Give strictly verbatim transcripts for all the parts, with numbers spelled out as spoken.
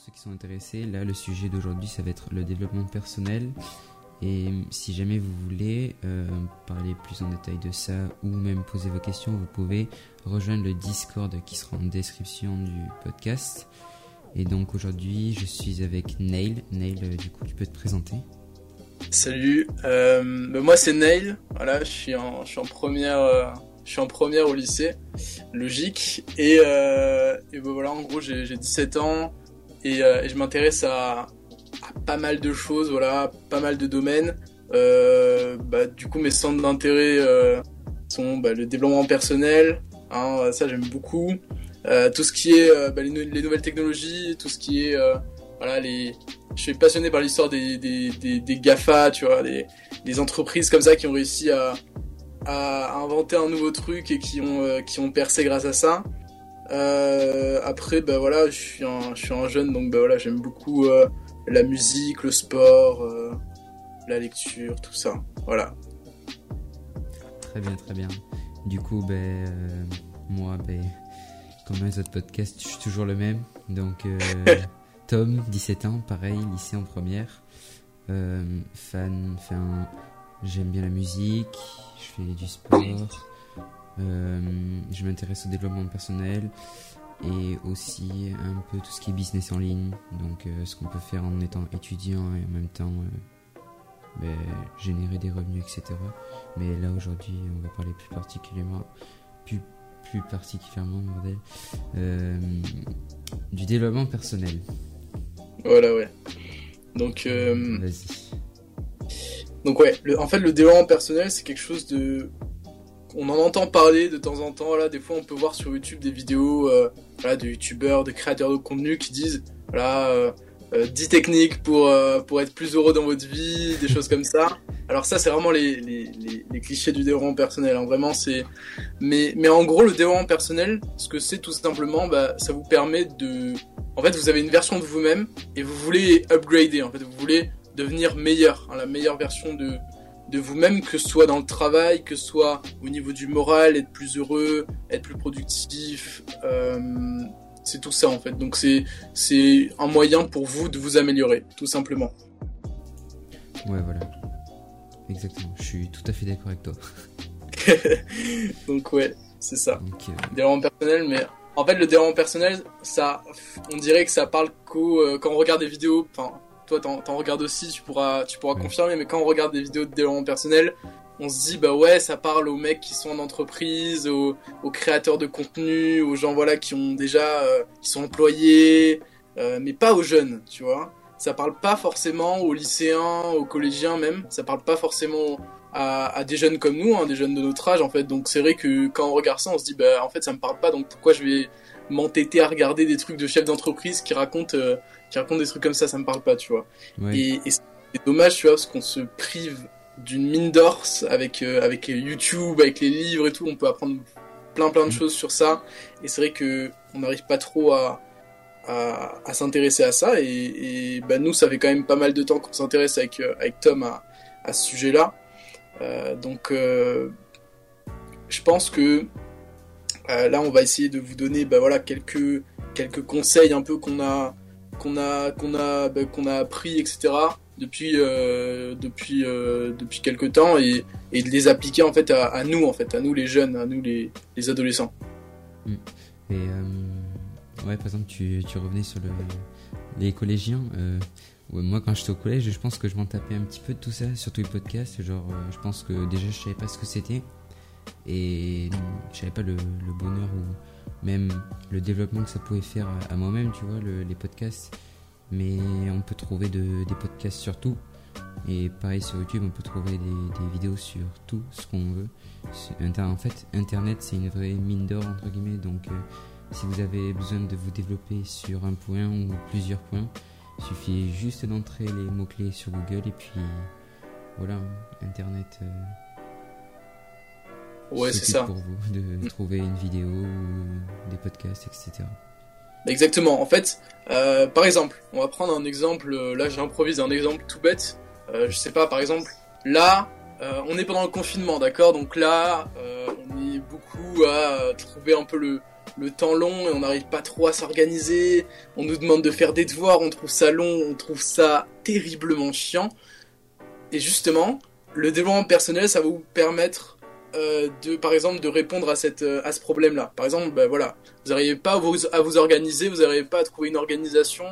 ceux qui sont intéressés, là le sujet d'aujourd'hui ça va être le développement personnel. Et si jamais vous voulez euh, parler plus en détail de ça ou même poser vos questions, vous pouvez rejoindre le Discord qui sera en description du podcast. Et donc aujourd'hui je suis avec Neil. Neil, euh, du coup tu peux te présenter. Salut, euh, bah moi c'est Neil. Voilà, je suis en, je suis en première, euh, je suis en première au lycée, logique. Et, euh, et bah voilà, en gros j'ai, j'ai dix-sept ans et, euh, et je m'intéresse à, à pas mal de choses, voilà, pas mal de domaines. Euh, bah du coup mes centres d'intérêt euh, sont bah, le développement personnel, hein, ça j'aime beaucoup. Euh, tout ce qui est euh, bah, les, no- les nouvelles technologies, tout ce qui est euh, voilà les je suis passionné par l'histoire des, des, des, des GAFA, tu vois, des, des entreprises comme ça qui ont réussi à, à inventer un nouveau truc et qui ont, euh, qui ont percé grâce à ça. Euh, après, bah voilà, je suis un, je suis un jeune, donc bah voilà, j'aime beaucoup euh, la musique, le sport, euh, la lecture, tout ça. Voilà. Très bien, très bien. Du coup, ben, euh, moi, ben, comme dans les autres podcasts, je suis toujours le même. Donc... Euh... Tom, dix-sept ans, pareil, lycée en première, euh, fan, enfin, j'aime bien la musique, je fais du sport, euh, je m'intéresse au développement personnel et aussi un peu tout ce qui est business en ligne, donc euh, ce qu'on peut faire en étant étudiant et en même temps euh, ben, générer des revenus, et cetera. Mais là aujourd'hui, on va parler plus particulièrement, plus, plus particulièrement, bordel, euh, du développement personnel. Voilà, ouais. Donc, euh, Vas-y. donc ouais, le, en fait, le développement personnel, c'est quelque chose de... On en entend parler de temps en temps, là, des fois on peut voir sur YouTube des vidéos euh, voilà, de youtubeurs, de créateurs de contenu qui disent, voilà, euh, euh, dix techniques pour, euh, pour être plus heureux dans votre vie, des choses comme ça. Alors ça, c'est vraiment les, les, les, les clichés du développement personnel, hein. Vraiment, c'est... Mais, mais en gros, le développement personnel, ce que c'est tout simplement, bah, ça vous permet de... En fait, vous avez une version de vous-même et vous voulez upgrader, en fait, vous voulez devenir meilleur, hein, la meilleure version de, de vous-même, que ce soit dans le travail, que ce soit au niveau du moral, être plus heureux, être plus productif, euh, c'est tout ça en fait. Donc c'est, c'est un moyen pour vous de vous améliorer, tout simplement. Ouais, voilà. Exactement, je suis tout à fait d'accord avec toi. Donc ouais, c'est ça. Donc, euh... Développement personnel, mais... En fait, le développement personnel, ça, on dirait que ça parle qu'au, euh, quand on regarde des vidéos, enfin, toi t'en, t'en regardes aussi, tu pourras, tu pourras ouais. confirmer, mais quand on regarde des vidéos de développement personnel, on se dit, bah ouais, ça parle aux mecs qui sont en entreprise, aux, aux créateurs de contenu, aux gens, voilà, qui ont déjà, euh, qui sont employés, euh, mais pas aux jeunes, tu vois. Ça parle pas forcément aux lycéens, aux collégiens même, ça parle pas forcément À, à des jeunes comme nous, hein, des jeunes de notre âge en fait. Donc c'est vrai que quand on regarde ça, on se dit bah en fait ça me parle pas, donc pourquoi je vais m'entêter à regarder des trucs de chefs d'entreprise qui racontent euh, qui racontent des trucs comme ça, ça me parle pas, tu vois. Ouais. Et, et c'est dommage, tu vois, parce qu'on se prive d'une mine d'or avec euh, avec YouTube, avec les livres et tout, on peut apprendre plein plein de mmh. choses sur ça. Et c'est vrai que on n'arrive pas trop à à, à s'intéresser à ça. Et, et bah nous, ça fait quand même pas mal de temps qu'on s'intéresse avec euh, avec Tom à à ce sujet-là. Euh, donc euh, je pense que euh, là on va essayer de vous donner bah, voilà, quelques, quelques conseils un peu qu'on a, qu'on a, qu'on a, bah, qu'on a appris, et cetera depuis, euh, depuis, euh, depuis quelques temps et, et de les appliquer en fait à, à nous en fait, à nous les jeunes, à nous les, les adolescents. Et euh, ouais, par exemple tu, tu revenais sur le, les collégiens. Euh... Ouais, moi quand j'étais au collège, je pense que je m'en tapais un petit peu de tout ça, surtout les podcasts, genre euh, je pense que déjà je savais pas ce que c'était et je savais pas le, le bonheur ou même le développement que ça pouvait faire à, à moi-même, tu vois, le, les podcasts. Mais on peut trouver de, des podcasts sur tout et pareil sur YouTube on peut trouver des, des vidéos sur tout ce qu'on veut. En fait internet c'est une vraie mine d'or entre guillemets, donc euh, si vous avez besoin de vous développer sur un point ou plusieurs points, il suffit juste d'entrer les mots-clés sur Google et puis voilà, Internet euh, ouais, c'est ça. Pour vous de mmh. trouver une vidéo, des podcasts, et cetera. Exactement. En fait, euh, par exemple, on va prendre un exemple. Là, j'improvise un exemple tout bête. Euh, je sais pas, par exemple, là, euh, on est pendant le confinement, d'accord. Donc là, euh, on est beaucoup à trouver un peu le le temps long et on n'arrive pas trop à s'organiser, on nous demande de faire des devoirs, on trouve ça long, on trouve ça terriblement chiant. Et justement, le développement personnel, ça va vous permettre euh, de, par exemple, de répondre à cette, euh, à ce problème-là. Par exemple, ben voilà, vous n'arrivez pas à vous, à vous organiser, vous n'arrivez pas à trouver une organisation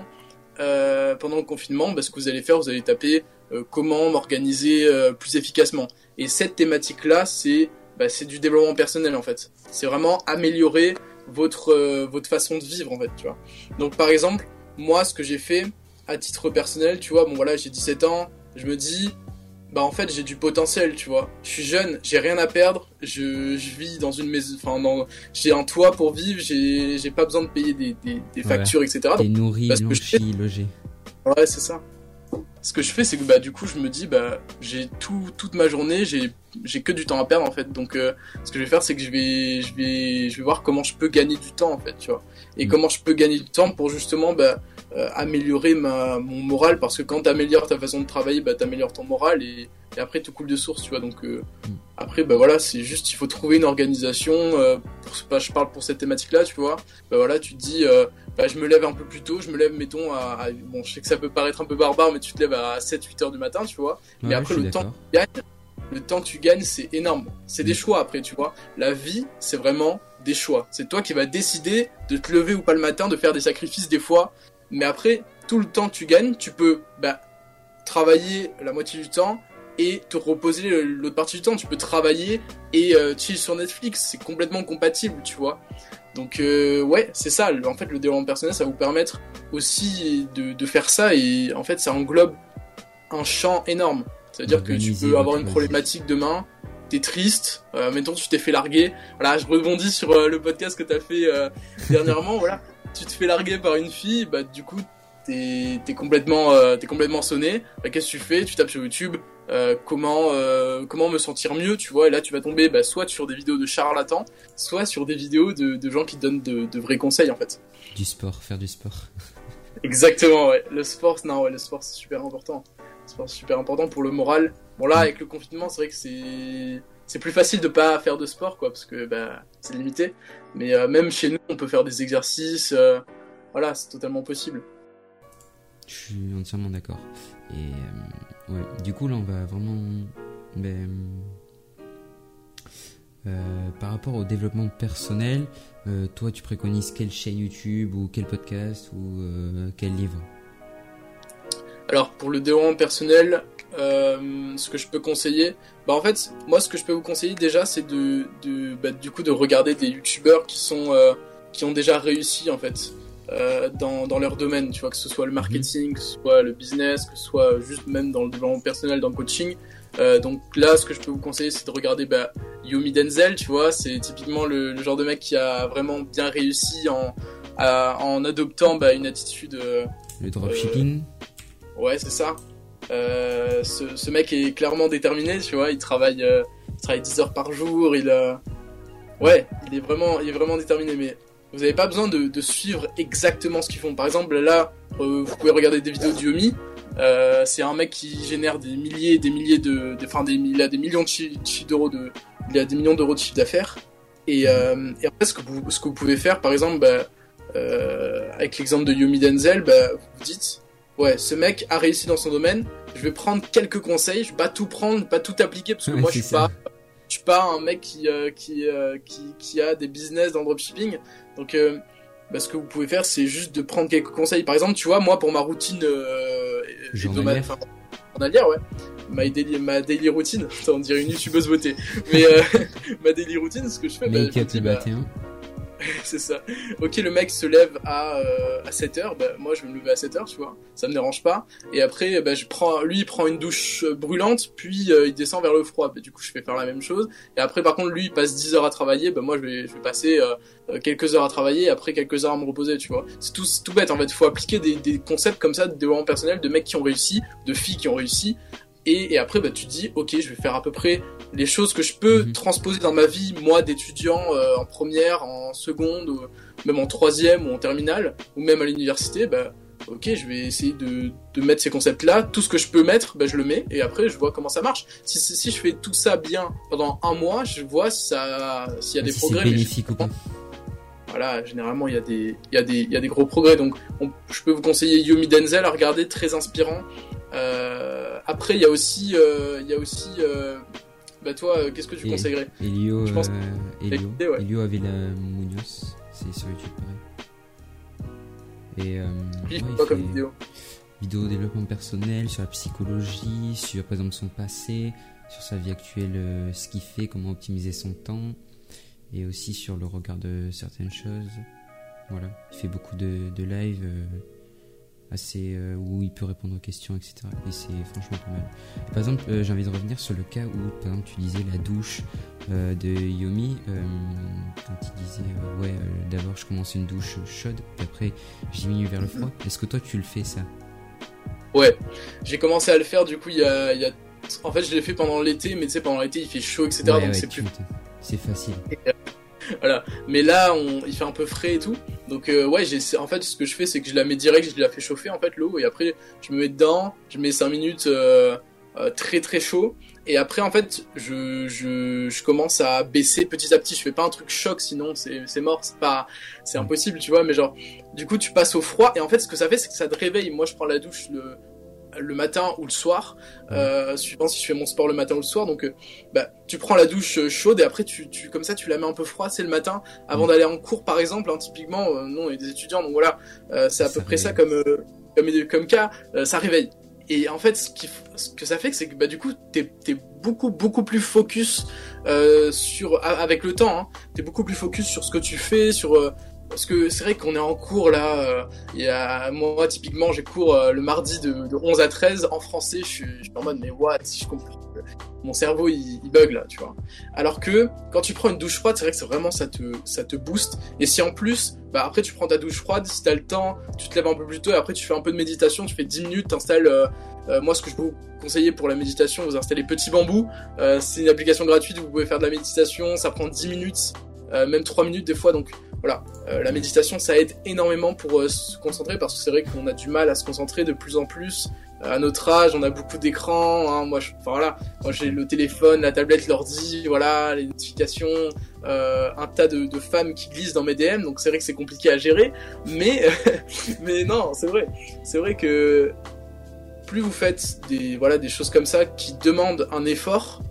euh, pendant le confinement. Ben, ce que vous allez faire, vous allez taper euh, comment m'organiser euh, plus efficacement. Et cette thématique-là, c'est, ben, c'est du développement personnel en fait. C'est vraiment améliorer votre euh, votre façon de vivre en fait, tu vois. Donc par exemple, moi, ce que j'ai fait à titre personnel, tu vois, bon voilà, j'ai dix-sept ans, je me dis bah en fait j'ai du potentiel, tu vois. Je suis jeune, j'ai rien à perdre, je, je vis dans une maison, enfin dans, j'ai un toit pour vivre, j'ai j'ai pas besoin de payer des, des, des factures, ouais. et cetera. T'es nourri, blanchi, logé. Ouais, c'est ça. Ce que je fais, c'est que bah du coup je me dis bah j'ai tout toute ma journée, j'ai j'ai que du temps à perdre en fait. Donc euh, ce que je vais faire, c'est que je vais je vais je vais voir comment je peux gagner du temps en fait, tu vois. Et mmh. comment je peux gagner du temps pour justement bah Euh, améliorer ma, mon moral, parce que quand t'améliores ta façon de travailler, bah t'améliores ton moral et, et après tout coule de source, tu vois. Donc euh, mm. après bah voilà, c'est juste il faut trouver une organisation. Euh, pour, bah, je parle pour cette thématique là, tu vois. Bah voilà, tu te dis euh, bah je me lève un peu plus tôt, je me lève mettons à, à bon je sais que ça peut paraître un peu barbare, mais tu te lèves à sept huit heures du matin, tu vois. Ouais, mais après le d'accord. temps que tu gagnes, le temps que tu gagnes c'est énorme. C'est mm. des choix après, tu vois. La vie c'est vraiment des choix. C'est toi qui vas décider de te lever ou pas le matin, de faire des sacrifices des fois. Mais après, tout le temps que tu gagnes, tu peux bah, travailler la moitié du temps et te reposer l'autre partie du temps. Tu peux travailler et euh, chill sur Netflix. C'est complètement compatible, tu vois. Donc euh, ouais, c'est ça. En fait, le développement personnel, ça va vous permettre aussi de, de faire ça. Et en fait, ça englobe un champ énorme. C'est-à-dire que tu peux avoir une problématique demain. T'es triste, euh, mettons tu t'es fait larguer. Voilà, je rebondis sur euh, le podcast que t'as fait euh, dernièrement. Voilà, tu te fais larguer par une fille, bah du coup t'es t'es complètement euh, t'es complètement sonné. Bah, qu'est-ce que tu fais? Tu tapes sur YouTube euh, comment euh, comment me sentir mieux, tu vois. Et là tu vas tomber bah, soit sur des vidéos de charlatans, soit sur des vidéos de, de gens qui donnent de, de vrais conseils en fait. Du sport, faire du sport. Exactement, ouais. Le sport, non, ouais, le sport c'est super important. Le sport c'est super important pour le moral. Bon là avec le confinement c'est vrai que c'est c'est plus facile de pas faire de sport quoi parce que bah c'est limité, mais euh, même chez nous on peut faire des exercices, euh, voilà c'est totalement possible. Je suis entièrement d'accord. Et euh, ouais du coup là on va vraiment ben, euh, par rapport au développement personnel, euh, toi tu préconises quelle chaîne YouTube ou quel podcast ou euh, quel livre? Alors pour le développement personnel, euh, ce que je peux conseiller, bah en fait, moi ce que je peux vous conseiller déjà, c'est de, de bah, du coup de regarder des youtubeurs qui sont euh, qui ont déjà réussi en fait euh, dans dans leur domaine, tu vois, que ce soit le marketing, que ce soit le business, que ce soit juste même dans le développement personnel, dans le coaching. Euh, donc là, ce que je peux vous conseiller, c'est de regarder bah, Yomi Denzel, tu vois, c'est typiquement le, le genre de mec qui a vraiment bien réussi en à, en adoptant bah, une attitude. Euh, le dropshipping. Euh, Ouais, c'est ça. Euh, ce, ce mec est clairement déterminé, tu vois. Il travaille, euh, il travaille dix heures par jour. Il, euh... ouais, il est vraiment, il est vraiment déterminé. Mais vous n'avez pas besoin de, de suivre exactement ce qu'ils font. Par exemple, là, euh, vous pouvez regarder des vidéos de Yomi. Euh, c'est un mec qui génère des milliers, des milliers de, enfin, des, il a des millions de chiffres d'euros de, il a des millions d'euros de chiffre d'affaires. Et, euh, et en fait, ce que vous, ce que vous pouvez faire, par exemple, bah, euh, avec l'exemple de Yomi Denzel, bah, vous vous dites. Ouais, ce mec a réussi dans son domaine. Je vais prendre quelques conseils. Je vais pas tout prendre, pas tout appliquer parce que ouais, moi je suis ça. pas, je suis pas un mec qui euh, qui, euh, qui qui a des business dans le dropshipping. Donc, euh, bah, ce que vous pouvez faire, c'est juste de prendre quelques conseils. Par exemple, tu vois, moi pour ma routine euh, hebdomadaire, enfin, journalière, ouais, ma daily, ma daily routine. Attends, on dirait une youtubeuse beauté. Mais euh, ma daily routine, ce que je fais, bah, je dis, bah, c'est ça. Ok, le mec se lève à, euh, à sept heures, bah, moi je vais me lever à sept heures, tu vois, ça me dérange pas. Et après, bah, je prends, lui il prend une douche brûlante, puis euh, il descend vers le froid. Bah, du coup, je vais faire la même chose. Et après, par contre, lui il passe dix heures à travailler, bah, moi je vais, je vais passer euh, quelques heures à travailler, et après quelques heures à me reposer, tu vois. C'est tout, c'est tout bête en fait, il faut appliquer des, des concepts comme ça de développement personnel, de mecs qui ont réussi, de filles qui ont réussi. Et, et après, bah, tu te dis, ok, je vais faire à peu près les choses que je peux mmh. transposer dans ma vie, moi, d'étudiant euh, en première, en seconde, ou même en troisième ou en terminale, ou même à l'université. Bah, ok, je vais essayer de, de mettre ces concepts-là. Tout ce que je peux mettre, bah, je le mets, et après, je vois comment ça marche. Si, si, si je fais tout ça bien pendant un mois, je vois si ça, s'il y a des si progrès. C'est bénéfique ou pas. voilà, généralement il y a des, il y a des, il y a des gros progrès. Donc, on, je peux vous conseiller Yomi Denzel à regarder, très inspirant. Euh, après, il y a aussi, euh, il y a aussi, euh, bah toi, euh, qu'est-ce que tu Et, conseillerais? Elio, Je pense euh, Elio, écouté, ouais. Elio Avila Munoz, c'est sur YouTube pareil. Et euh, Puis, ouais, il quoi fait comme vidéo? vidéo développement personnel, sur la psychologie, sur par exemple son passé, sur sa vie actuelle, euh, ce qu'il fait, comment optimiser son temps, et aussi sur le regard de certaines choses. Voilà, il fait beaucoup de, de live euh, assez euh, où il peut répondre aux questions, et cetera. Et c'est franchement pas mal. Et par exemple, euh, j'ai envie de revenir sur le cas où, par exemple, tu disais la douche euh, de Yomi, euh, quand il disait euh, ouais, euh, d'abord je commence une douche chaude, puis après je diminue vers le froid. Est-ce que toi tu le fais ça? Ouais, j'ai commencé à le faire du coup il y a, il y a... En fait je l'ai fait pendant l'été, mais tu sais pendant l'été il fait chaud, et cetera. Ouais, donc ouais, c'est tu plus... m'étonnes. C'est facile. Voilà. Mais là on... il fait un peu frais et tout. Donc euh, ouais, j'ai... en fait ce que je fais c'est que je la mets direct, je la fais chauffer en fait l'eau, et après je me mets dedans, je mets cinq minutes euh, euh, très très chaud. Et après en fait je, je, je commence à baisser petit à petit, je fais pas un truc choc sinon c'est, c'est mort, c'est pas, c'est impossible tu vois, mais genre du coup tu passes au froid, et en fait ce que ça fait c'est que ça te réveille. Moi je prends la douche le, le matin ou le soir, euh, suivant si je fais mon sport le matin ou le soir, donc euh, bah, tu prends la douche chaude et après tu, tu, comme ça tu la mets un peu froide, c'est le matin avant d'aller en cours par exemple, hein, typiquement, euh, nous on est des étudiants donc voilà, euh, c'est à Ça peu près réveille. ça comme, euh, comme, comme cas, euh, ça réveille. Et en fait, ce, qui, ce que ça fait, c'est que bah, du coup, t'es, t'es beaucoup, beaucoup plus focus euh, sur, avec le temps. Hein, t'es beaucoup plus focus sur ce que tu fais, sur euh, parce que c'est vrai qu'on est en cours là. Euh, il y a, moi, typiquement, j'ai cours euh, le mardi de, de onze à treize en français. Je suis, je suis en mode, mais what, si je comprends. Mon cerveau, il, il bug là, tu vois. Alors que quand tu prends une douche froide, c'est vrai que c'est vraiment ça te, ça te booste. Et si en plus, bah après tu prends ta douche froide, si t'as le temps, tu te lèves un peu plus tôt et après tu fais un peu de méditation, tu fais dix minutes, t'installes. Euh, euh, moi, ce que je peux vous conseiller pour la méditation, vous installez Petit Bambou. Euh, c'est une application gratuite où vous pouvez faire de la méditation. Ça prend dix minutes, euh, même trois minutes des fois. Donc voilà, euh, la méditation, ça aide énormément pour euh, se concentrer parce que c'est vrai qu'on a du mal à se concentrer de plus en plus. À notre âge, on a beaucoup d'écrans. Hein. Moi, je, enfin voilà, moi j'ai le téléphone, la tablette, l'ordi, voilà, les notifications, euh, un tas de, de femmes qui glissent dans mes D M. Donc c'est vrai que c'est compliqué à gérer, mais mais non, c'est vrai, c'est vrai que plus vous faites des voilà des choses comme ça qui demandent un effort,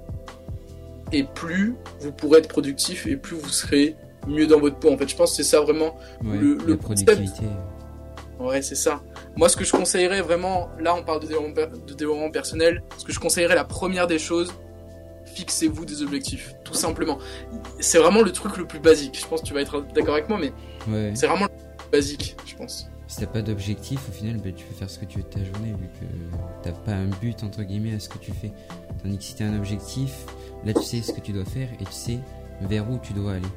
et plus vous pourrez être productif et plus vous serez mieux dans votre peau. En fait, je pense que c'est ça vraiment Ouais, le, la le productivité. concept. Ouais, c'est ça. Moi, ce que je conseillerais vraiment, là, on parle de développement, de développement personnel. Ce que je conseillerais, la première des choses, fixez-vous des objectifs, tout simplement. C'est vraiment le truc le plus basique. Je pense que tu vas être d'accord avec moi, mais Ouais. c'est vraiment le plus basique, je pense. Si t'as pas d'objectif, au final, bah, tu peux faire ce que tu veux de ta journée, vu que t'as pas un but, entre guillemets, à ce que tu fais. Tandis que si t'as un objectif, là, tu sais ce que tu dois faire et tu sais vers où tu dois aller.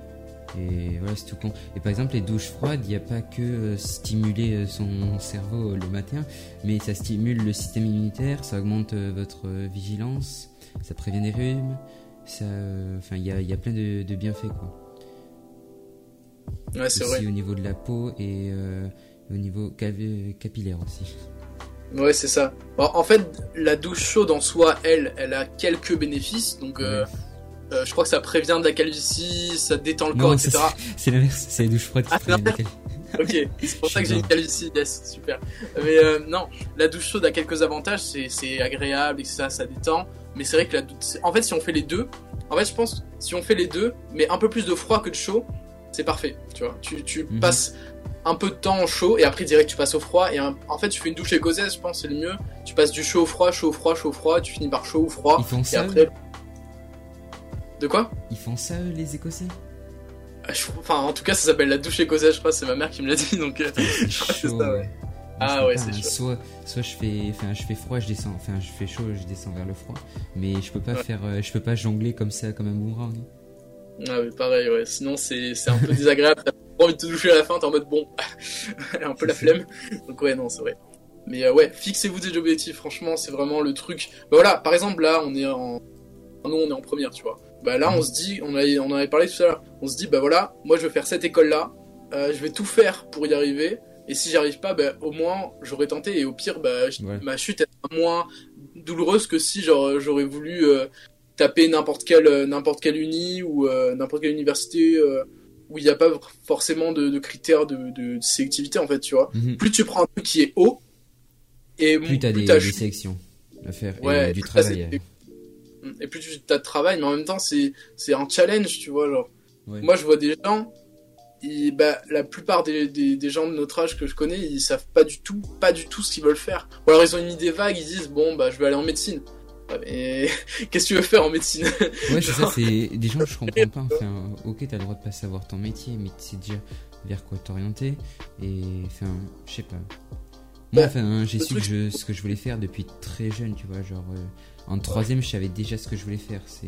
Et voilà, c'est tout con. Et par exemple, les douches froides, il n'y a pas que euh, stimuler euh, son cerveau euh, le matin, mais ça stimule le système immunitaire, ça augmente euh, votre euh, vigilance, ça prévient des rhumes, ça, enfin, euh, il y a, y a plein de, de bienfaits, quoi. Ouais, c'est aussi vrai. Au niveau de la peau et euh, au niveau cav- capillaire aussi. Ouais, c'est ça. Bon, en fait, la douche chaude en soi, elle, elle a quelques bénéfices. Donc, euh, Ouais. euh, je crois que ça prévient de la calvitie, ça détend le Non, corps, ça, et cetera. c'est, c'est l'inverse, c'est les douches froides qui Ah, préviennent c'est lesquelles. Ok, c'est pour Je ça que suis j'ai une dedans. calvitie, yes, super. Mais euh, non, la douche chaude a quelques avantages, c'est, c'est agréable et ça, ça détend. Mais c'est vrai que la douche... En fait, si on fait les deux, en fait, je pense, si on fait les deux, mais un peu plus de froid que de chaud, c'est parfait, tu vois. Tu, tu Mhm. passes un peu de temps au chaud et après direct tu passes au froid. Et un- en fait, tu fais une douche écossaise, je pense, c'est le mieux. Tu passes du chaud au froid, chaud au froid, chaud au froid, tu finis par chaud ou froid. Ils font Et ça, après... De quoi? Ils font ça, eux, les Écossais? Ah, je- Enfin, en tout cas, ça s'appelle la douche écossaise, je crois, c'est ma mère qui me l'a dit, donc... euh, C'est je crois que c'est chaud, ça, ouais. ouais. Ah Moi, je peux ouais, pas, c'est hein. chaud. Soit, soit je fais, enfin, je fais froid, je descends, enfin, je fais chaud, je descends vers le froid. Mais je peux pas Ouais. faire, euh, je peux pas jongler comme ça, comme un boomerang. Ah mais pareil, ouais. Sinon, c'est, c'est un peu désagréable. T'as pas envie de te doucher à la fin, t'es en mode bon. un peu la flemme. Donc ouais, non, c'est vrai. Mais euh, ouais, fixez-vous des objectifs. Franchement, c'est vraiment le truc. Bah voilà, par exemple, là, on est en... Nous, on est en première, tu vois. Bah là, on se dit, on, a, on en avait parlé tout à l'heure. On se dit, bah voilà, moi, je veux faire cette école-là. Euh, je vais tout faire pour y arriver. Et si j'y arrive pas, bah au moins, j'aurais tenté. Et au pire, bah, je- Ouais. ma chute est moins douloureuse que si genre, j'aurais voulu... euh, taper n'importe quelle euh, n'importe quelle uni ou euh, n'importe quelle université euh, où où il n'y a pas forcément de, de critères de, de, de sélectivité, en fait, tu vois. Mhm. Plus tu prends un truc qui est haut, et Plus t'as plus des, t'as des sélections à faire Ouais, et du plus t'as travail. ces- et plus tu as de travail, mais en même temps, c'est, c'est un challenge, tu vois, genre. Ouais. Moi, je vois des gens, ils, bah, la plupart des, des, des gens de notre âge que je connais, ils savent pas du tout, pas du tout ce qu'ils veulent faire. Ou alors ils ont une idée vague, ils disent, bon, bah, je vais aller en médecine. Ouais, mais qu'est-ce que tu veux faire en médecine? Ouais, c'est ça, c'est des gens que je comprends pas. Enfin, ok, t'as le droit de pas savoir ton métier, mais tu sais déjà vers quoi t'orienter. Et enfin, je sais pas. Moi, Bah, enfin, j'ai le su que truc- je, ce que je voulais faire depuis très jeune, tu vois. Genre, euh, en troisième, je savais déjà ce que je voulais faire. C'est.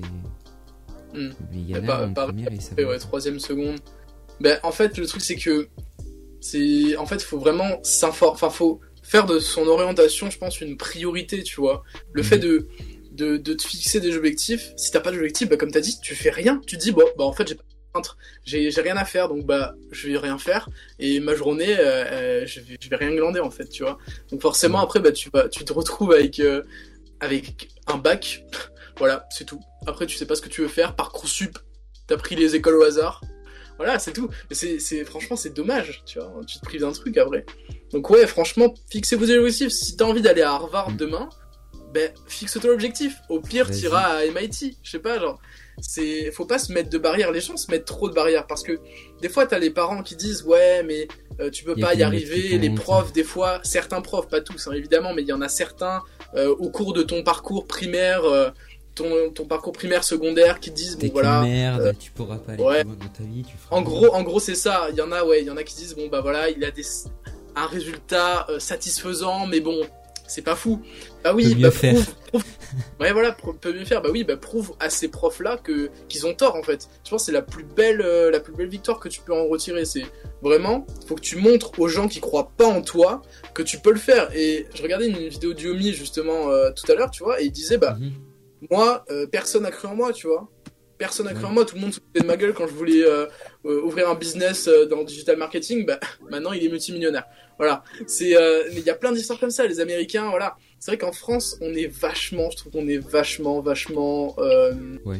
Hmm. Mais il y en Bah, a en pareil, première et ça Ouais, va. ouais, troisième seconde. Ben, en fait, le truc, c'est que, c'est, en fait, faut vraiment s'informer, enfin, faut faire de son orientation, je pense, une priorité, tu vois. Le Mhm. fait de, de, de te fixer des objectifs, si t'as pas d'objectif, bah, comme t'as dit, tu fais rien, tu te dis, bon, bah, en fait, j'ai pas de contraintes, j'ai, j'ai rien à faire, donc, bah, je vais rien faire, et ma journée, euh, euh, je vais, je vais rien glander, en fait, tu vois. Donc, forcément, Ouais. après, bah, tu vas, tu te retrouves avec, euh, avec un bac, voilà, c'est tout. Après, tu sais pas ce que tu veux faire, Parcoursup, t'as pris les écoles au hasard. Voilà, c'est tout. Mais c'est, c'est, franchement, c'est dommage, tu vois. Tu te prives d'un truc après. Donc, ouais, franchement, fixez vos objectifs. Si t'as envie d'aller à Harvard Mm. demain, ben, fixe-toi l'objectif. Au pire, Vas-y. t'iras à M I T. Je sais pas, genre. C'est, faut pas se mettre de barrières. Les gens se mettent trop de barrières parce que des fois, t'as les parents qui disent, ouais, mais euh, tu peux Y a pas que y les notes qui arriver. Les comptent. profs, des fois, certains profs, pas tous, hein, évidemment, mais il y en a certains euh, au cours de ton parcours primaire, euh, ton, ton parcours primaire, secondaire, qui te disent, T'es bon, voilà. qu'une merde, euh, tu pourras pas aller ouais. plus loin dans ta vie. Tu feras En rien. gros, en gros, c'est ça. Il y en a, ouais, il y en a qui disent bon bah voilà, il a des un résultat euh, satisfaisant, mais bon, c'est pas fou. Bah oui, Peut mieux bah faire. prouve, prouve. Ouais voilà, pr- peut mieux faire. Bah oui, bah prouve à ces profs là que qu'ils ont tort en fait. Je pense que c'est la plus belle, euh, la plus belle victoire que tu peux en retirer. C'est vraiment, faut que tu montres aux gens qui croient pas en toi que tu peux le faire. Et je regardais une vidéo d'Yomi justement euh, tout à l'heure, tu vois, et il disait bah Mhm. moi, euh, personne n'a cru en moi, tu vois. Personne n'a cru Ouais. en moi, tout le monde se foutait de ma gueule quand je voulais euh, euh, ouvrir un business euh, dans le digital marketing. Bah, maintenant, il est multimillionnaire. Voilà. C'est, euh, mais il y a plein d'histoires comme ça, les Américains, voilà. C'est vrai qu'en France, on est vachement, je trouve qu'on est vachement, vachement. Euh, Ouais.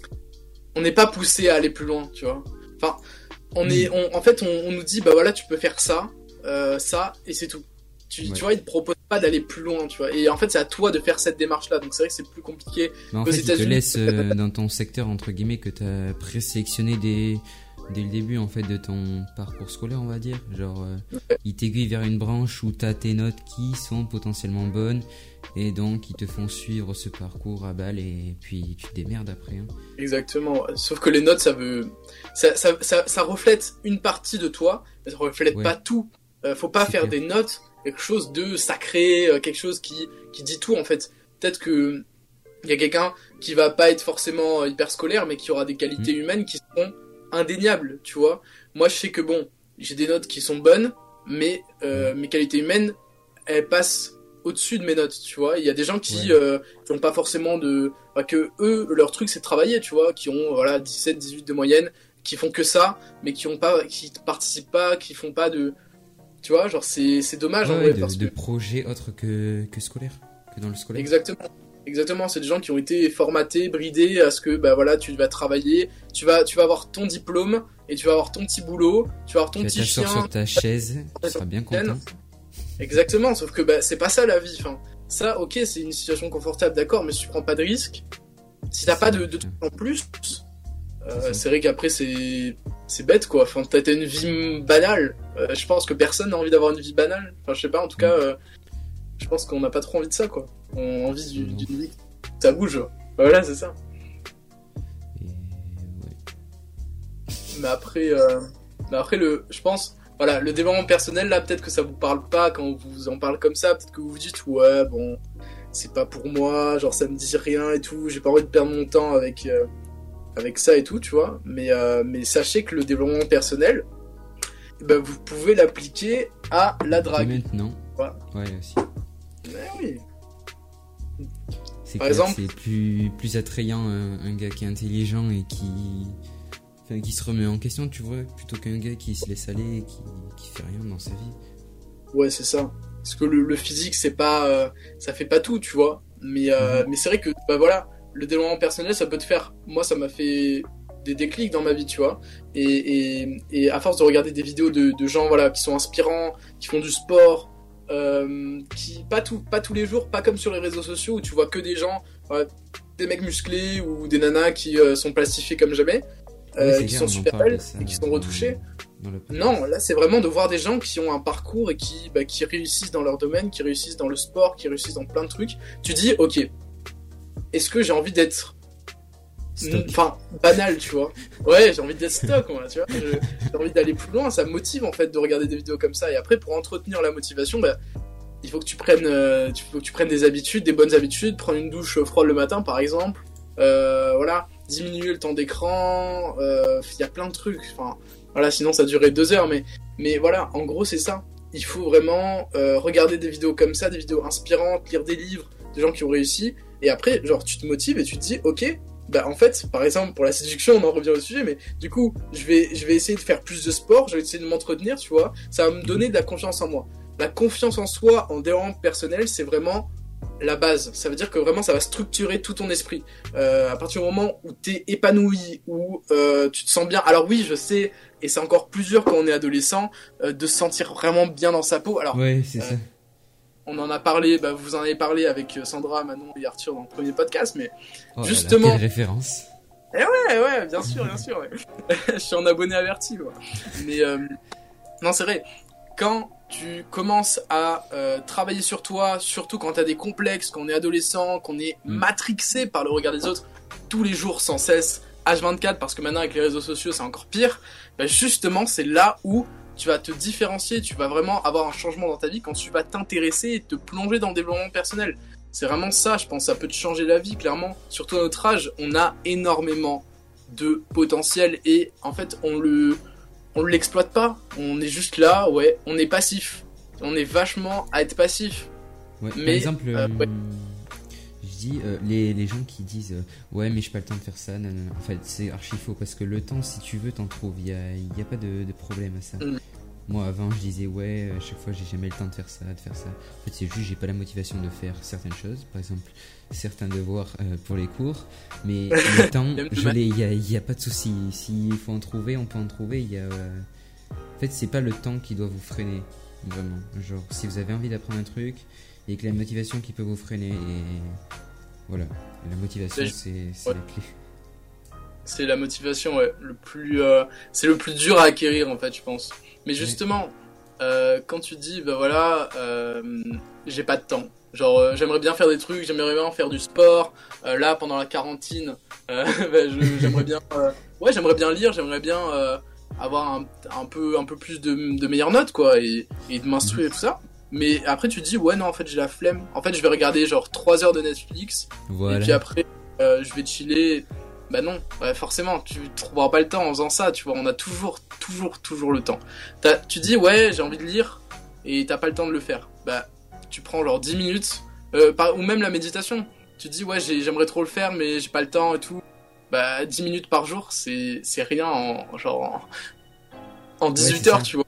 on n'est pas poussé à aller plus loin, tu vois. Enfin, on Mm. est, on, en fait, on, on nous dit, bah voilà, tu peux faire ça, euh, ça, et c'est tout. Tu, Ouais. tu vois, ils te proposent pas d'aller plus loin, tu vois. Et en fait, c'est à toi de faire cette démarche-là. Donc c'est vrai que c'est plus compliqué. Mais en Aux fait, ils te États-Unis, laissent euh, dans ton secteur, entre guillemets, que t'as présélectionné dès, dès le début, en fait, de ton parcours scolaire, on va dire. Genre, euh, Ouais. ils t'aiguillent vers une branche où t'as tes notes qui sont potentiellement bonnes, et donc ils te font suivre ce parcours à balle, et puis tu te démerdes après. Hein. Exactement. Sauf que les notes, ça veut, ça, ça, ça, ça reflète une partie de toi, mais ça reflète Ouais. pas tout. Euh, faut pas C'est faire clair. des notes quelque chose de sacré, euh, quelque chose qui, qui dit tout en fait. Peut-être que il y a quelqu'un qui va pas être forcément euh, hyper scolaire, mais qui aura des qualités humaines qui seront indéniables, tu vois. Moi, je sais que bon, j'ai des notes qui sont bonnes, mais euh, mes qualités humaines, elles passent au-dessus de mes notes, tu vois. Il y a des gens qui Ouais. euh, qui ont pas forcément de, enfin, que eux, leur truc c'est de travailler, tu vois, qui ont voilà dix-sept, dix-huit de moyenne, qui font que ça, mais qui ont pas, qui participent pas, qui font pas de, tu vois, genre c'est c'est dommage en Ouais, vrai de, parce de que projets autres que, que scolaires, que dans le scolaire. exactement. Exactement, c'est des gens qui ont été formatés, bridés à ce que bah voilà, tu vas travailler, tu vas tu vas avoir ton diplôme et tu vas avoir ton petit boulot, tu vas avoir ton Tu vas petit t'asseoir chien. sur ta chaise, tu seras bien content. Exactement, sauf que bah c'est pas ça la vie. Enfin, ça, OK, c'est une situation confortable, d'accord, mais si tu prends pas de risque, si t'as pas de, de trucs en plus, euh, C'est ça. c'est vrai qu'après c'est c'est bête quoi. Enfin, t'as t'as une vie banale. Euh, je pense que personne n'a envie d'avoir une vie banale. Enfin, je sais pas. En tout cas, euh, je pense qu'on n'a pas trop envie de ça quoi. On a envie du- Non. d'une vie, ça bouge. Voilà, c'est ça. Et ouais. Mais après, euh, mais après le, je pense, voilà, le développement personnel là, peut-être que ça vous parle pas quand on vous en parle comme ça. Peut-être que vous vous dites ouais bon, c'est pas pour moi, genre ça me dit rien et tout. J'ai pas envie de perdre mon temps avec euh, avec ça et tout, tu vois. Mais euh, mais sachez que le développement personnel, eh ben, vous pouvez l'appliquer à la Et drague. maintenant, Voilà. ouais aussi. Eh oui. C'est Par clair, exemple- c'est plus, plus attrayant un, un gars qui est intelligent et qui, enfin, qui se remet en question, tu vois, plutôt qu'un gars qui se laisse aller et qui, qui fait rien dans sa vie. Ouais, c'est ça. Parce que le, le physique, c'est pas, euh, ça fait pas tout, tu vois. Mais, euh, Mhm. mais c'est vrai que, bah voilà, le développement personnel, ça peut te faire. Moi, ça m'a fait des déclics dans ma vie, tu vois. Et, et, et à force de regarder des vidéos de, de gens voilà, qui sont inspirants, qui font du sport, euh, qui pas, tout, pas tous les jours, pas comme sur les réseaux sociaux où tu vois que des gens, euh, des mecs musclés ou des nanas qui euh, sont plastifiés comme jamais, euh, oui, qui clair, sont super belles et qui sont retouchées. Non, là c'est vraiment de voir des gens qui ont un parcours et qui, bah, qui réussissent dans leur domaine, qui réussissent dans le sport, qui réussissent dans plein de trucs. Tu dis, ok, est-ce que j'ai envie d'être enfin banal, tu vois? Ouais, j'ai envie d'être stock, moi, tu vois. Je, j'ai envie d'aller plus loin, ça me motive en fait de regarder des vidéos comme ça. Et après, pour entretenir la motivation, bah, il faut que tu prennes, euh, il faut que tu prennes des habitudes, des bonnes habitudes, prendre une douche froide le matin par exemple. Euh, voilà, diminuer le temps d'écran. Il euh, y a plein de trucs. Enfin. Voilà, sinon ça durait deux heures, mais, mais voilà, en gros c'est ça. Il faut vraiment euh, regarder des vidéos comme ça, des vidéos inspirantes, lire des livres de gens qui ont réussi, et après, genre, tu te motives et tu te dis, ok, bah en fait, par exemple, pour la séduction, on en revient au sujet, mais du coup, je vais, je vais essayer de faire plus de sport, je vais essayer de m'entretenir, tu vois, ça va me donner de la confiance en moi. La confiance en soi, en développement personnel, c'est vraiment la base. Ça veut dire que vraiment ça va structurer tout ton esprit. Euh, à partir du moment où t'es épanoui, où euh, tu te sens bien. Alors oui, je sais, et c'est encore plus dur quand on est adolescent, euh, de se sentir vraiment bien dans sa peau. Alors, ouais, c'est euh, ça. On en a parlé, bah, vous en avez parlé avec Sandra, Manon et Arthur dans le premier podcast, mais oh justement... Là, quelle référence. Eh ouais, ouais, bien sûr, bien sûr. Ouais. Je suis en abonné averti, moi. Mais euh, non, c'est vrai. Quand tu commences à euh, travailler sur toi, surtout quand t'as des complexes, quand on est adolescent, qu'on est matrixé par le regard des autres, tous les jours sans cesse, H vingt-quatre, parce que maintenant avec les réseaux sociaux c'est encore pire, bah justement c'est là où tu vas te différencier, tu vas vraiment avoir un changement dans ta vie quand tu vas t'intéresser et te plonger dans le développement personnel. C'est vraiment ça, je pense, ça peut te changer la vie, clairement. Surtout à notre âge, on a énormément de potentiel et en fait on le... on l'exploite pas, on est juste là, ouais, on est passif. On est vachement à être passif. Ouais, mais, par exemple, euh, ouais. je dis, euh, les, les gens qui disent euh, ouais, mais j'ai pas le temps de faire ça, nanana. En fait, c'est archi faux parce que le temps, si tu veux, t'en trouves. Il y a, y a pas de, de problème à ça. Mm. Moi, avant, je disais ouais, à chaque fois, j'ai jamais le temps de faire ça, de faire ça. En fait, c'est juste, j'ai pas la motivation de faire certaines choses. Par exemple, certains devoirs euh, pour les cours. Mais le temps, je l'ai, il y a, y a pas de souci. S'il faut en trouver, on peut en trouver. Il y a. Euh... En fait, c'est pas le temps qui doit vous freiner, vraiment. Genre, si vous avez envie d'apprendre un truc, et que la motivation qui peut vous freiner, et voilà. La motivation, c'est, c'est ouais. la clé. C'est la motivation, ouais. Le plus, euh, c'est le plus dur à acquérir, en fait, je pense. Mais justement, ouais. euh, quand tu dis, bah voilà, euh, j'ai pas de temps. Genre, euh, j'aimerais bien faire des trucs, j'aimerais bien faire du sport. Euh, là, pendant la quarantine, euh, bah, je, j'aimerais bien, euh, ouais, j'aimerais bien lire, j'aimerais bien euh, avoir un, un peu, un peu plus de, de meilleures notes, quoi, et, et de m'instruire et tout ça. Mais après, tu te dis, ouais, non, en fait, j'ai la flemme. En fait, je vais regarder genre trois heures de Netflix. Voilà. Et puis après, euh, je vais chiller. Bah non, ouais, forcément, tu trouveras pas le temps en faisant ça, tu vois. On a toujours, toujours, toujours le temps. T'as, tu dis, ouais, j'ai envie de lire, et t'as pas le temps de le faire. Bah, tu prends genre dix minutes, euh, par, ou même la méditation. Tu te dis, ouais, j'ai, j'aimerais trop le faire, mais j'ai pas le temps et tout. Bah, dix minutes par jour, c'est, c'est rien en, genre, en, en dix-huit heures, tu vois.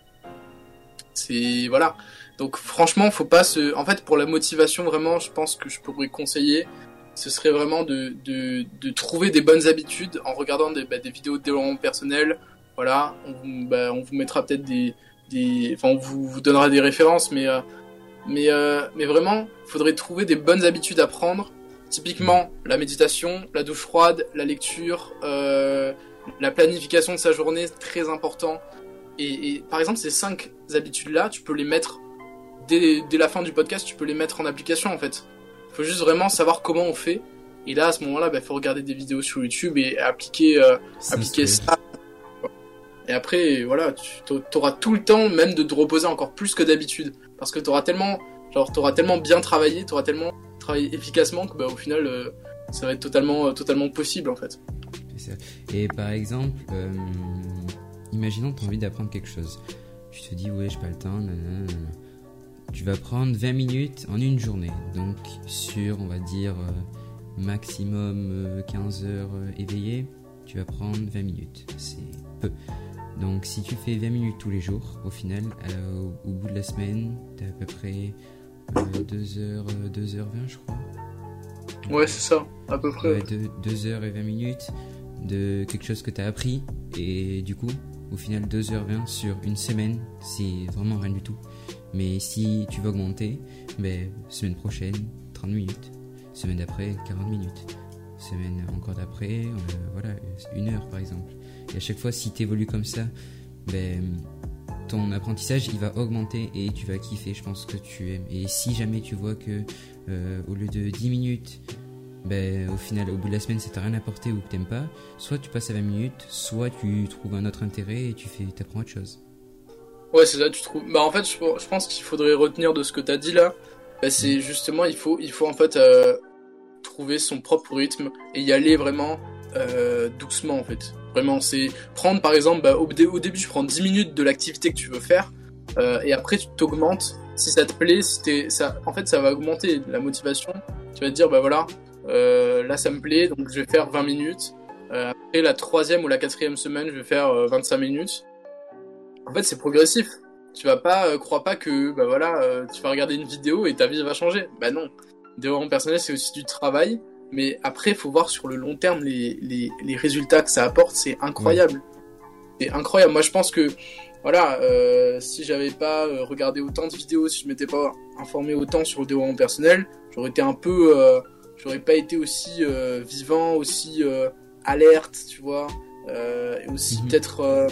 C'est, voilà. Donc, franchement, faut pas se, en fait, pour la motivation, vraiment, je pense que je pourrais conseiller, ce serait vraiment de, de, de trouver des bonnes habitudes en regardant des, bah, des vidéos de développement personnel. Voilà, on vous, bah, on vous mettra peut-être des, des, enfin, on vous, vous donnera des références, mais, euh, mais, euh, mais vraiment, il faudrait trouver des bonnes habitudes à prendre. Typiquement, la méditation, la douche froide, la lecture, euh, la planification de sa journée, très important. Et, et par exemple, ces cinq habitudes-là, tu peux les mettre dès, dès la fin du podcast, tu peux les mettre en application en fait. Faut juste vraiment savoir comment on fait. Et là, à ce moment-là, bah, faut regarder des vidéos sur YouTube et appliquer, euh, appliquer ça. Et après, voilà, tu auras tout le temps même de te reposer encore plus que d'habitude. Parce que tu auras tellement, genre, t'auras tellement bien travaillé, tu auras tellement travaillé efficacement que, bah, au final, euh, ça va être totalement, euh, totalement possible, en fait. C'est ça. Et par exemple, euh, imaginons que tu as envie d'apprendre quelque chose. Tu te dis, ouais, j'ai pas le temps, nanana. Tu vas prendre vingt minutes en une journée. Donc, sur, on va dire, euh, maximum euh, quinze heures euh, éveillé, tu vas prendre vingt minutes. C'est peu. Donc, si tu fais vingt minutes tous les jours, au final, euh, au, au bout de la semaine, tu as à peu près euh, deux heures, deux heures vingt, je crois. Ouais, c'est ça, à peu près. Ouais, deux heures et vingt minutes. de quelque chose que tu as appris. Et du coup, au final, deux heures vingt sur une semaine, c'est vraiment rien du tout. Mais si tu veux augmenter, ben, semaine prochaine, trente minutes. Semaine d'après, quarante minutes. Semaine encore d'après, euh, voilà, une heure par exemple. Et à chaque fois, si tu évolues comme ça, ben, ton apprentissage il va augmenter et tu vas kiffer, je pense que tu aimes. Et si jamais tu vois que euh, au lieu de dix minutes, ben, au final, au bout de la semaine, ça t'a rien apporté ou que t'aimes pas, soit tu passes à vingt minutes, soit tu trouves un autre intérêt et tu fais, t'apprends autre chose. Ouais, c'est ça, tu trouves. Bah, en fait, je, je pense qu'il faudrait retenir de ce que t'as dit là. Bah, c'est justement, il faut, il faut en fait euh, trouver son propre rythme et y aller vraiment euh, doucement en fait. Vraiment, c'est prendre par exemple, bah, au, au début, je prends dix minutes de l'activité que tu veux faire euh, et après, tu t'augmentes. Si ça te plaît, si t'es, ça, en fait, ça va augmenter la motivation. Tu vas te dire, bah voilà, euh, là, ça me plaît, donc je vais faire vingt minutes. Euh, après, la troisième ou la quatrième semaine, je vais faire euh, vingt-cinq minutes. En fait, c'est progressif. Tu vas pas, euh, crois pas que, bah voilà, euh, tu vas regarder une vidéo et ta vie va changer. Bah non. Le développement personnel, c'est aussi du travail. Mais après, il faut voir sur le long terme les, les, les résultats que ça apporte. C'est incroyable. C'est incroyable. Moi, je pense que, voilà, euh, si j'avais pas euh, regardé autant de vidéos, si je m'étais pas informé autant sur le développement personnel, j'aurais été un peu, euh, j'aurais pas été aussi euh, vivant, aussi euh, alerte, tu vois, euh, et aussi mm-hmm. peut-être, euh,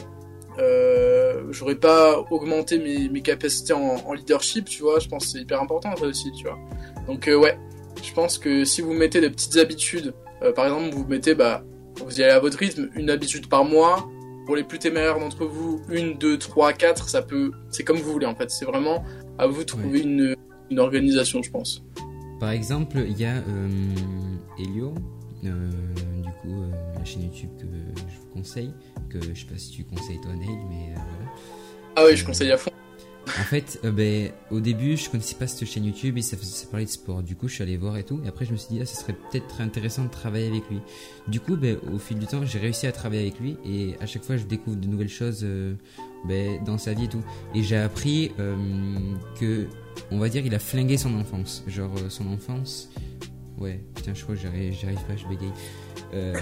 euh, j'aurais pas augmenté mes, mes capacités en, en leadership, tu vois. Je pense que c'est hyper important ça aussi, tu vois. Donc euh, ouais, je pense que si vous mettez des petites habitudes, euh, par exemple, vous mettez, bah, vous y allez à votre rythme, une habitude par mois. Pour les plus téméraires d'entre vous, une, deux, trois, quatre, ça peut, c'est comme vous voulez en fait. C'est vraiment à vous de trouver ouais. une, une organisation, je pense. Par exemple, il y a euh, Elio, euh, du coup, euh, la chaîne YouTube que je vous conseille, que je sais pas si tu conseilles toi, Neil, mais euh, voilà. Ah oui, je conseille à fond. En fait, euh, ben, au début, je connaissais pas cette chaîne YouTube et ça, ça parlait de sport. Du coup, je suis allé voir et tout. Et après, je me suis dit, ah, ça serait peut-être intéressant de travailler avec lui. Du coup, ben, au fil du temps, j'ai réussi à travailler avec lui. Et à chaque fois, je découvre de nouvelles choses euh, ben, dans sa vie et tout. Et j'ai appris euh, que, on va dire, il a flingué son enfance. Genre, euh, son enfance... Ouais, putain, je crois que j'arrive, j'arrive pas, je bégaye. Euh...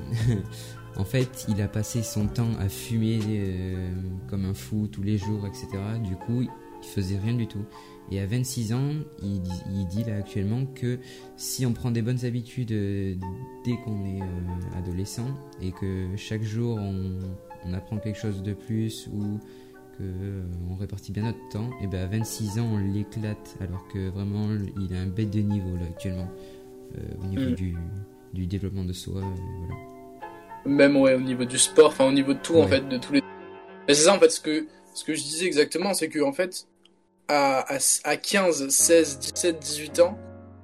En fait, il a passé son temps à fumer euh, comme un fou tous les jours, et cetera. Du coup, il faisait rien du tout. Et à vingt-six ans, il, il dit là actuellement que si on prend des bonnes habitudes euh, dès qu'on est euh, adolescent et que chaque jour on, on apprend quelque chose de plus ou que euh, on répartit bien notre temps, et ben à vingt-six ans on l'éclate alors que vraiment il a un bête de niveau là actuellement euh, au niveau mmh. du, du développement de soi. Euh, voilà. Même ouais, au niveau du sport, enfin au niveau de tout ouais. en fait, de tous les. Mais c'est ça en fait ce que ce que je disais exactement, c'est que en fait à à, à quinze, seize, dix-sept, dix-huit ans,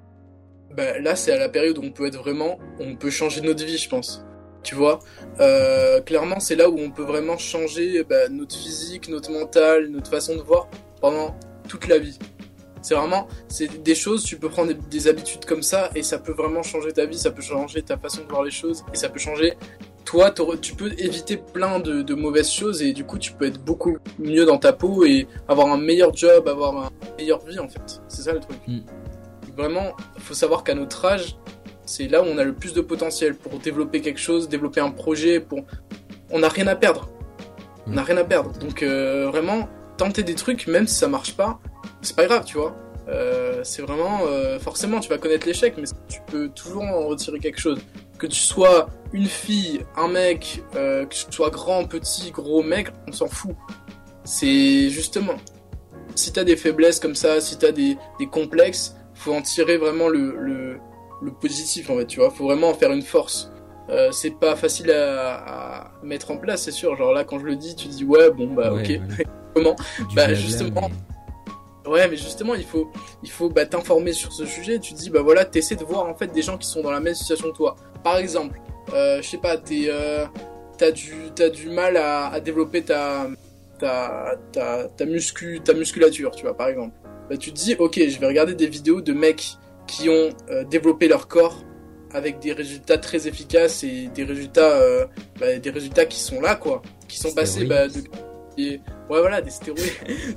bah là c'est à la période où on peut être vraiment, on peut changer notre vie, je pense. Tu vois, euh, clairement c'est là où on peut vraiment changer bah, notre physique, notre mental, notre façon de voir pendant toute la vie. C'est vraiment, c'est des choses, tu peux prendre des, des habitudes comme ça et ça peut vraiment changer ta vie, ça peut changer ta façon de voir les choses et ça peut changer, toi, tu peux éviter plein de, de mauvaises choses et du coup tu peux être beaucoup mieux dans ta peau et avoir un meilleur job, avoir une meilleure vie en fait. C'est ça le truc. Mm. Vraiment, il faut savoir qu'à notre âge, c'est là où on a le plus de potentiel pour développer quelque chose, développer un projet, pour... on n'a rien à perdre. On n'a rien à perdre. Donc euh, vraiment, tenter des trucs, même si ça marche pas, c'est pas grave, tu vois. Euh, c'est vraiment... Euh, forcément, tu vas connaître l'échec, mais tu peux toujours en retirer quelque chose. Que tu sois une fille, un mec, euh, que tu sois grand, petit, gros, maigre, on s'en fout. C'est justement... Si t'as des faiblesses comme ça, si t'as des, des complexes, faut en tirer vraiment le, le, le positif, en fait, tu vois. Faut vraiment en faire une force. Euh, c'est pas facile à, à mettre en place, c'est sûr. Genre là, quand je le dis, tu dis, ouais, bon, bah, ouais, ok. Voilà. Comment du Bah, justement... Mais... Ouais, mais justement, il faut, il faut bah, t'informer sur ce sujet. Tu te dis, bah voilà, t'essaies de voir en fait des gens qui sont dans la même situation que toi. Par exemple, euh, je sais pas, t'es, euh, t'as du, t'as du mal à, à développer ta, ta, ta, ta muscu, ta musculature, tu vois, par exemple. Bah, tu te dis, ok, je vais regarder des vidéos de mecs qui ont euh, développé leur corps avec des résultats très efficaces et des résultats, euh, bah, des résultats qui sont là, quoi, qui sont passés, bah, de Et, ouais, voilà, des stéroïdes.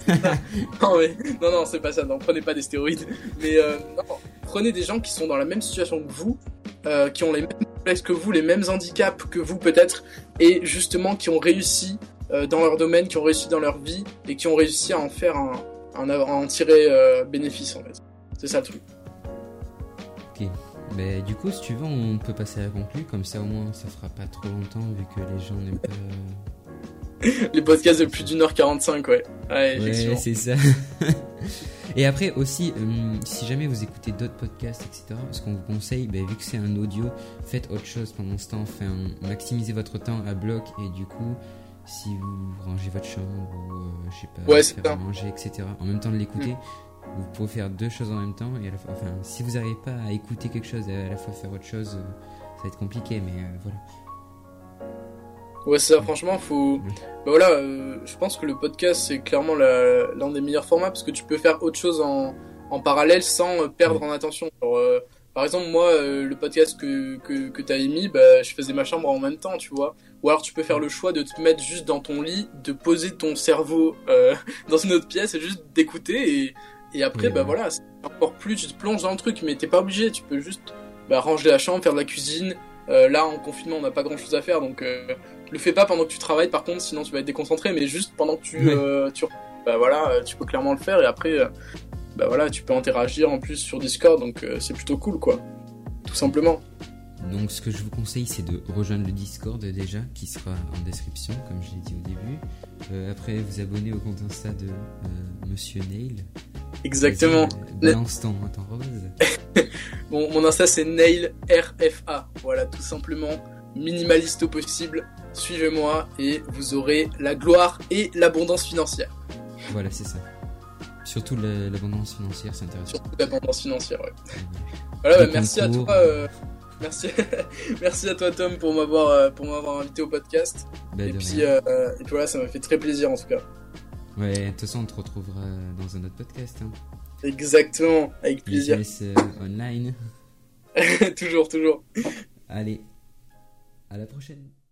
non, mais, non, non, c'est pas ça. Non, prenez pas des stéroïdes. Mais euh, non, prenez des gens qui sont dans la même situation que vous, euh, qui ont les mêmes complexes que vous, les mêmes handicaps que vous peut-être, et justement qui ont réussi euh, dans leur domaine, qui ont réussi dans leur vie, et qui ont réussi à en faire un, un à en tirer euh, bénéfice en fait. C'est ça le truc. Ok. Mais du coup, si tu veux, on peut passer à la conclue, comme ça au moins ça fera pas trop longtemps vu que les gens n'aiment pas. Les podcasts de plus d'une heure quarante-cinq, ouais. Ouais, ouais c'est ça. Et après aussi, euh, si jamais vous écoutez d'autres podcasts, et cetera, ce qu'on vous conseille, bah, vu que c'est un audio, faites autre chose pendant ce temps, enfin, maximisez votre temps à bloc et du coup, si vous rangez votre chambre ou euh, je sais pas, ouais, faire à manger, et cetera, en même temps de l'écouter, mmh. vous pouvez faire deux choses en même temps et à la fois, enfin, si vous n'arrivez pas à écouter quelque chose et à la fois faire autre chose, euh, ça va être compliqué, mais euh, voilà. Ouais, c'est ça, franchement, faut. Bah voilà, euh, je pense que le podcast, c'est clairement la... l'un des meilleurs formats parce que tu peux faire autre chose en, en parallèle sans perdre en attention. Alors, euh, par exemple, moi, euh, le podcast que, que, que t'as émis, bah, je faisais ma chambre en même temps, tu vois. Ou alors, tu peux faire le choix de te mettre juste dans ton lit, de poser ton cerveau euh, dans une autre pièce et juste d'écouter. Et, et après, oui, bah ouais. voilà, c'est encore plus, tu te plonges dans le truc, mais t'es pas obligé, tu peux juste bah, ranger la chambre, faire de la cuisine. Euh, là, en confinement, on n'a pas grand chose à faire, donc euh, le fais pas pendant que tu travailles, par contre, sinon tu vas être déconcentré, mais juste pendant que tu, oui. euh, tu, bah voilà, tu peux clairement le faire, et après, euh, bah voilà, tu peux interagir en plus sur Discord, donc euh, c'est plutôt cool, quoi, tout simplement. Donc, ce que je vous conseille, c'est de rejoindre le Discord déjà, qui sera en description, comme je l'ai dit au début. Euh, après, vous abonner au compte Insta de euh, Monsieur Nail. Exactement. Balance ton, ton rose. Bon, mon Insta c'est Nail R F A. Voilà, tout simplement, minimaliste au possible. Suivez-moi et vous aurez la gloire et l'abondance financière. Voilà, c'est ça. Surtout la, l'abondance financière, c'est intéressant. Surtout l'abondance financière, ouais. Voilà, bah, merci à toi. Euh, merci, merci à toi Tom pour m'avoir euh, pour m'avoir invité au podcast. Bah, et puis euh, et puis voilà, ça m'a fait très plaisir en tout cas. Ouais, de toute façon, on te retrouvera dans un autre podcast. Hein. Exactement, avec plaisir. Business euh, online. toujours, toujours. Allez, à la prochaine.